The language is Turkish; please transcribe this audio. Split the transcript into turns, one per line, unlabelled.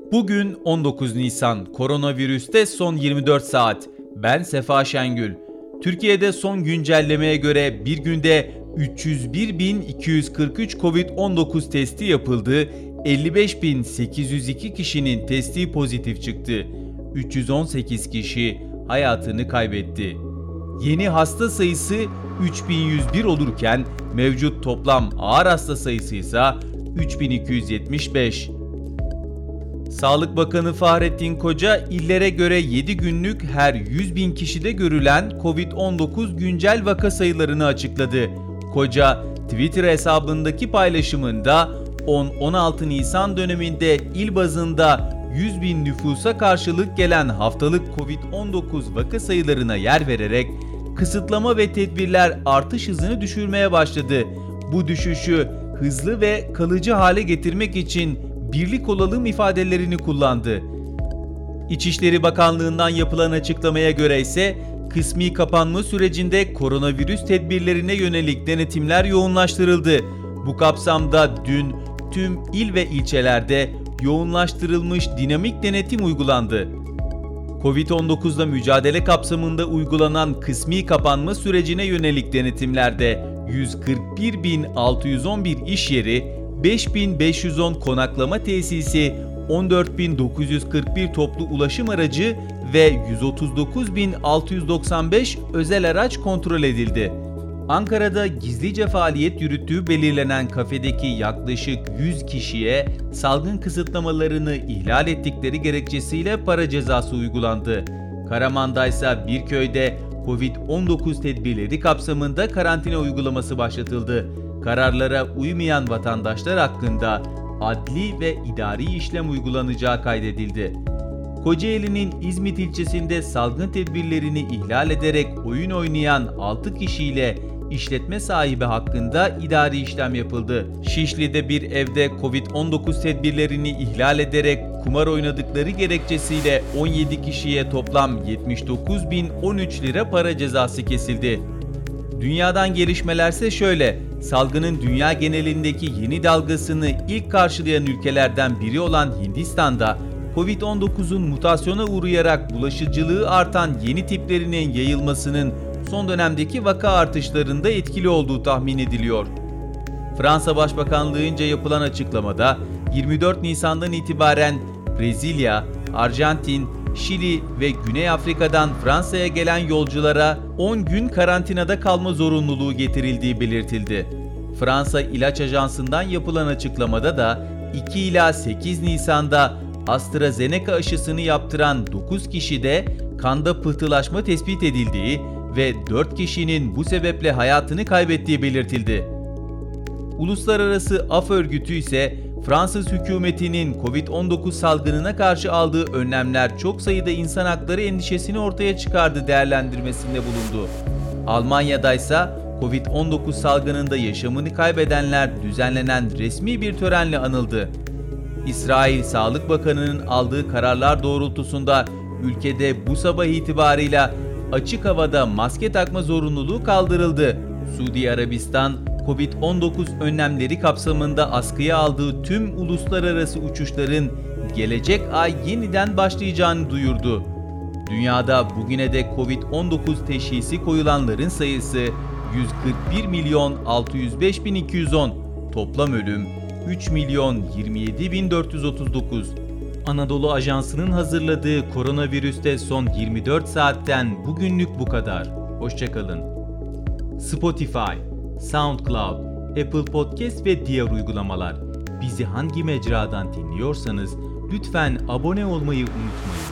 Bugün 19 Nisan, koronavirüste son 24 saat. Ben Sefa Şengül. Türkiye'de son güncellemeye göre bir günde 301.243 Covid-19 testi yapıldı, 55.802 kişinin testi pozitif çıktı. 318 kişi hayatını kaybetti. Yeni hasta sayısı 3101 olurken mevcut toplam ağır hasta sayısı ise 3275. Sağlık Bakanı Fahrettin Koca, illere göre 7 günlük her 100.000 kişide görülen Covid-19 güncel vaka sayılarını açıkladı. Koca, Twitter hesabındaki paylaşımında 10-16 Nisan döneminde il bazında 100.000 nüfusa karşılık gelen haftalık Covid-19 vaka sayılarına yer vererek kısıtlama ve tedbirler artış hızını düşürmeye başladı. Bu düşüşü hızlı ve kalıcı hale getirmek için birlik olalım ifadelerini kullandı. İçişleri Bakanlığı'ndan yapılan açıklamaya göre ise kısmi kapanma sürecinde koronavirüs tedbirlerine yönelik denetimler yoğunlaştırıldı. Bu kapsamda dün tüm il ve ilçelerde yoğunlaştırılmış dinamik denetim uygulandı. Covid-19'la mücadele kapsamında uygulanan kısmi kapanma sürecine yönelik denetimlerde 141.611 iş yeri, 5.510 konaklama tesisi, 14.941 toplu ulaşım aracı ve 139.695 özel araç kontrol edildi. Ankara'da gizlice faaliyet yürüttüğü belirlenen kafedeki yaklaşık 100 kişiye salgın kısıtlamalarını ihlal ettikleri gerekçesiyle para cezası uygulandı. Karaman'da ise bir köyde Covid-19 tedbirleri kapsamında karantina uygulaması başlatıldı. Kararlara uymayan vatandaşlar hakkında adli ve idari işlem uygulanacağı kaydedildi. Kocaeli'nin İzmit ilçesinde salgın tedbirlerini ihlal ederek oyun oynayan 6 kişiyle işletme sahibi hakkında idari işlem yapıldı. Şişli'de bir evde Covid-19 tedbirlerini ihlal ederek kumar oynadıkları gerekçesiyle 17 kişiye toplam 79.013 lira para cezası kesildi. Dünyadan gelişmelerse şöyle: salgının dünya genelindeki yeni dalgasını ilk karşılayan ülkelerden biri olan Hindistan'da Covid-19'un mutasyona uğrayarak bulaşıcılığı artan yeni tiplerinin yayılmasının son dönemdeki vaka artışlarında etkili olduğu tahmin ediliyor. Fransa Başbakanlığı'nca yapılan açıklamada 24 Nisan'dan itibaren Brezilya, Arjantin, Şili ve Güney Afrika'dan Fransa'ya gelen yolculara 10 gün karantinada kalma zorunluluğu getirildiği belirtildi. Fransa İlaç Ajansı'ndan yapılan açıklamada da 2 ila 8 Nisan'da AstraZeneca aşısını yaptıran 9 kişide kanda pıhtılaşma tespit edildiği ve 4 kişinin bu sebeple hayatını kaybettiği belirtildi. Uluslararası Af Örgütü ise Fransız hükümetinin Covid-19 salgınına karşı aldığı önlemler çok sayıda insan hakları endişesini ortaya çıkardı değerlendirmesinde bulundu. Almanya'da ise Covid-19 salgınında yaşamını kaybedenler düzenlenen resmi bir törenle anıldı. İsrail Sağlık Bakanı'nın aldığı kararlar doğrultusunda ülkede bu sabah itibarıyla açık havada maske takma zorunluluğu kaldırıldı. Suudi Arabistan, Covid-19 önlemleri kapsamında askıya aldığı tüm uluslararası uçuşların gelecek ay yeniden başlayacağını duyurdu. Dünyada bugüne dek Covid-19 teşhisi koyulanların sayısı 141.605.210, toplam ölüm 3.027.439. Anadolu Ajansı'nın hazırladığı koronavirüste son 24 saatten bugünlük bu kadar. Hoşçakalın. Spotify, SoundCloud, Apple Podcast ve diğer uygulamalar. Bizi hangi mecradan dinliyorsanız lütfen abone olmayı unutmayın.